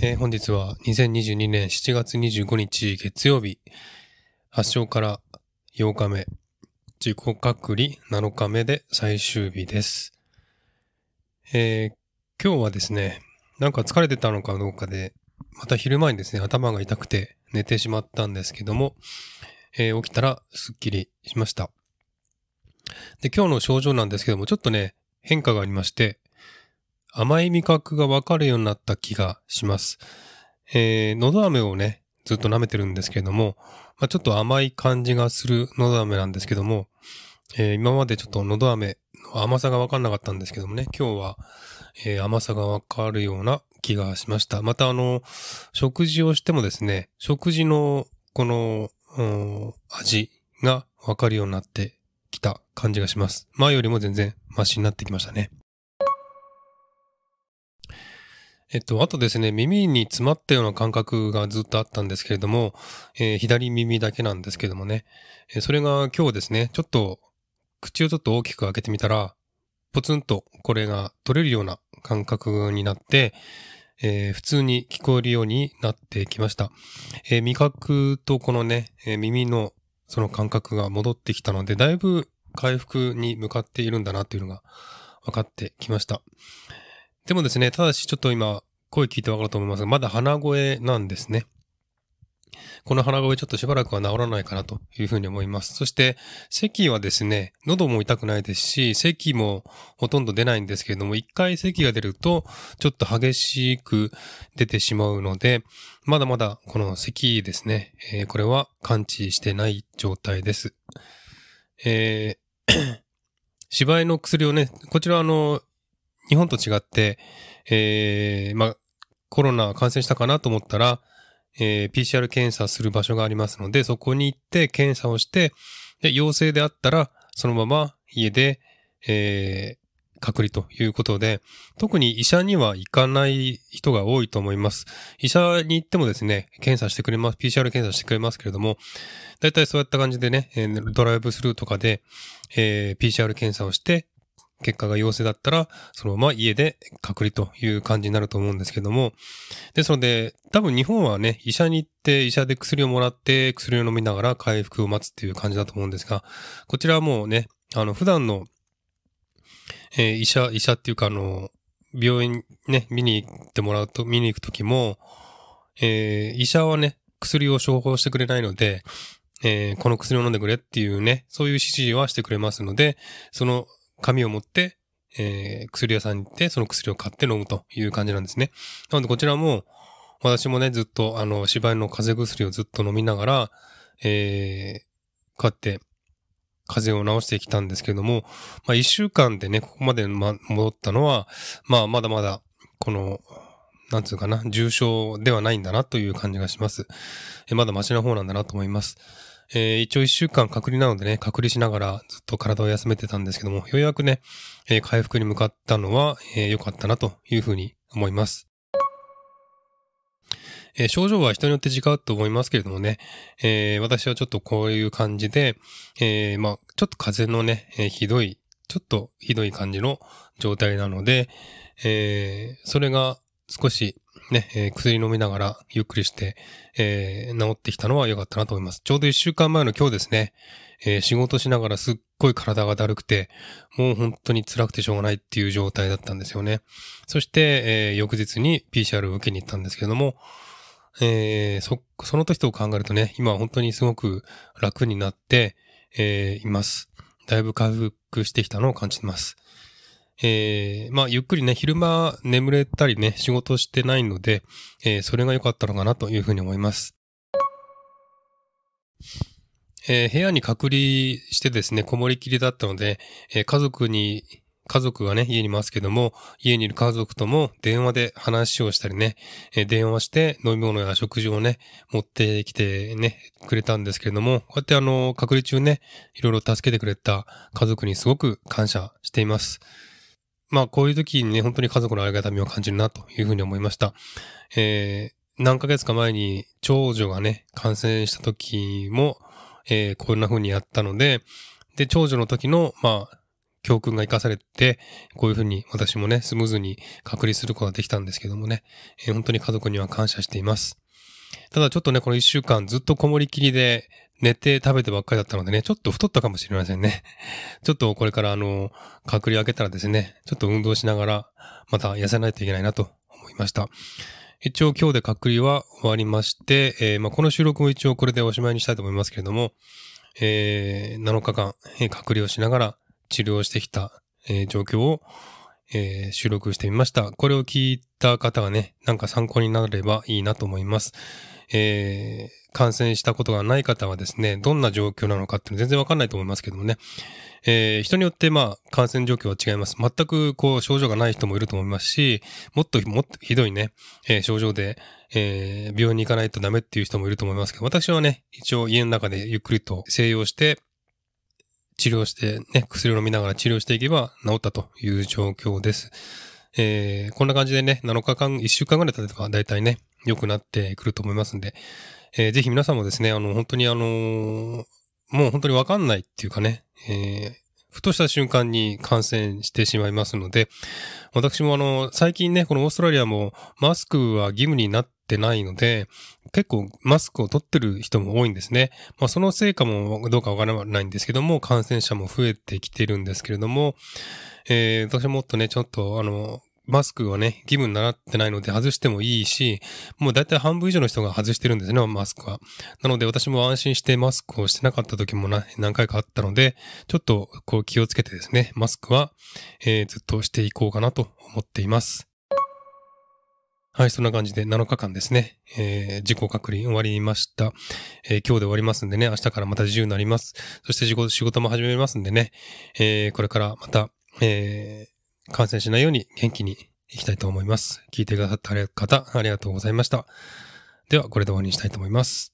本日は2022年7月25日月曜日、発症から8日目、自己隔離7日目で最終日です。今日はですね、なんか疲れてたのかどうかで、また昼前にですね、頭が痛くて寝てしまったんですけども、起きたらすっきりしました。で、今日の症状なんですけども、ちょっとね、変化がありまして、甘い味覚がわかるようになった気がします。のど飴をね、ずっと舐めてるんですけども、ちょっと甘い感じがするのど飴なんですけども、今までちょっとのど飴の甘さがわかんなかったんですけどもね、今日は、甘さがわかるような気がしました。また食事をしてもですね、食事のこの、味がわかるようになってきた感じがします。前よりも全然マシになってきましたね。あとですね、耳に詰まったような感覚がずっとあったんですけれども、左耳だけなんですけどもね、それが今日ですね、口をちょっと大きく開けてみたら、ポツンとこれが取れるような感覚になって、普通に聞こえるようになってきました。味覚とこのね、耳のその感覚が戻ってきたので、だいぶ回復に向かっているんだなっていうのが分かってきました。でもですね、ただしちょっと今、声聞いてわかると思いますが、まだ鼻声なんですね。この鼻声ちょっとしばらくは治らないかなというふうに思います。そして、咳はですね、喉も痛くないですし、咳もほとんど出ないんですけれども、一回咳が出ると、ちょっと激しく出てしまうので、まだまだこの咳ですね、これは完治してない状態です。芝居の薬をね、こちら日本と違って、コロナ感染したかなと思ったら、PCR 検査する場所がありますので、そこに行って検査をして、で、陽性であったら、そのまま家で、隔離ということで、特に医者には行かない人が多いと思います。医者に行ってもですね、PCR 検査してくれますけれども、だいたいそういった感じでね、ドライブスルーとかで、PCR 検査をして、結果が陽性だったら、そのまま家で隔離という感じになると思うんですけども、ですので、多分日本はね、医者に行って、医者で薬をもらって、薬を飲みながら回復を待つっていう感じだと思うんですが、こちらはもうね、普段の、医者っていうか病院ね、見に行くときも、医者はね、薬を処方してくれないので、この薬を飲んでくれっていうね、そういう指示はしてくれますので、その紙を持って、薬屋さんに行って、その薬を買って飲むという感じなんですね。なのでこちらも、私もね、ずっと芝居の風邪薬をずっと飲みながら、こうやって風邪を治してきたんですけども、一週間でね、ここまで戻ったのは、まだまだ、なんつうかな、重症ではないんだなという感じがします。まだマシな方なんだなと思います。一応一週間隔離なのでね、隔離しながらずっと体を休めてたんですけども、ようやくね、回復に向かったのは、良かったなというふうに思います。症状は人によって違うと思いますけれどもね、私はちょっとこういう感じで、ちょっと風邪のね、ちょっとひどい感じの状態なので、それが少しね、薬飲みながらゆっくりして、治ってきたのは良かったなと思います。ちょうど一週間前の今日ですね、仕事しながらすっごい体がだるくて、もう本当に辛くてしょうがないっていう状態だったんですよね。そして、翌日に PCR を受けに行ったんですけども、その時と考えるとね、今は本当にすごく楽になって、います。だいぶ回復してきたのを感じてます。ゆっくりね、昼間眠れたりね、仕事してないので、それが良かったのかなというふうに思います。部屋に隔離してですね、こもりきりだったので、家族がね、家にいますけども、家にいる家族とも電話で話をしたりね、電話して飲み物や食事をね、持ってきてね、くれたんですけれども、こうやって隔離中ね、いろいろ助けてくれた家族にすごく感謝しています。こういう時にね、本当に家族のありがたみを感じるなというふうに思いました。何ヶ月か前に長女がね、感染した時も、こんな風にやったので、で、長女の時の、 教訓が生かされて、こういうふうに私もね、スムーズに隔離することができたんですけどもね、本当に家族には感謝しています。ただちょっとね、この1週間ずっとこもりきりで寝て食べてばっかりだったのでね、ちょっと太ったかもしれませんね。ちょっとこれから隔離明けたらですね、ちょっと運動しながらまた痩せないといけないなと思いました。一応今日で隔離は終わりまして、この収録も一応これでおしまいにしたいと思いますけれども、7日間、隔離をしながら治療してきた、状況を、収録してみました。これを聞いた方がね、なんか参考になればいいなと思います。感染したことがない方はですね、どんな状況なのかっていうの全然わかんないと思いますけどもね、人によって感染状況は違います。全く症状がない人もいると思いますし、もっとひどいね、症状で、病院に行かないとダメっていう人もいると思いますけど、私はね、一応家の中でゆっくりと静養して、治療してね、薬を飲みながら治療していけば治ったという状況です。こんな感じでね、7日間、1週間ぐらい経てば大体ね、良くなってくると思いますんで、ぜひ皆さんもですね、本当にもう本当にわかんないっていうかね、ふとした瞬間に感染してしまいますので、私も最近ね、このオーストラリアもマスクは義務になってないので、結構マスクを取ってる人も多いんですね。そのせいかもどうかわからないんですけども、感染者も増えてきてるんですけれども、私はもっとね、ちょっとマスクはね、義務になってないので外してもいいし、もうだいたい半分以上の人が外してるんですね、マスクは。なので私も安心してマスクをしてなかった時も何回かあったので、ちょっと気をつけてですね、マスクは、ずっとしていこうかなと思っています。はい、そんな感じで7日間ですね、自己隔離終わりました。今日で終わりますんでね、明日からまた自由になります。そして仕事も始めますんでね、これからまた、感染しないように元気にいきたいと思います。聞いてくださった方、ありがとうございました。では、これで終わりにしたいと思います。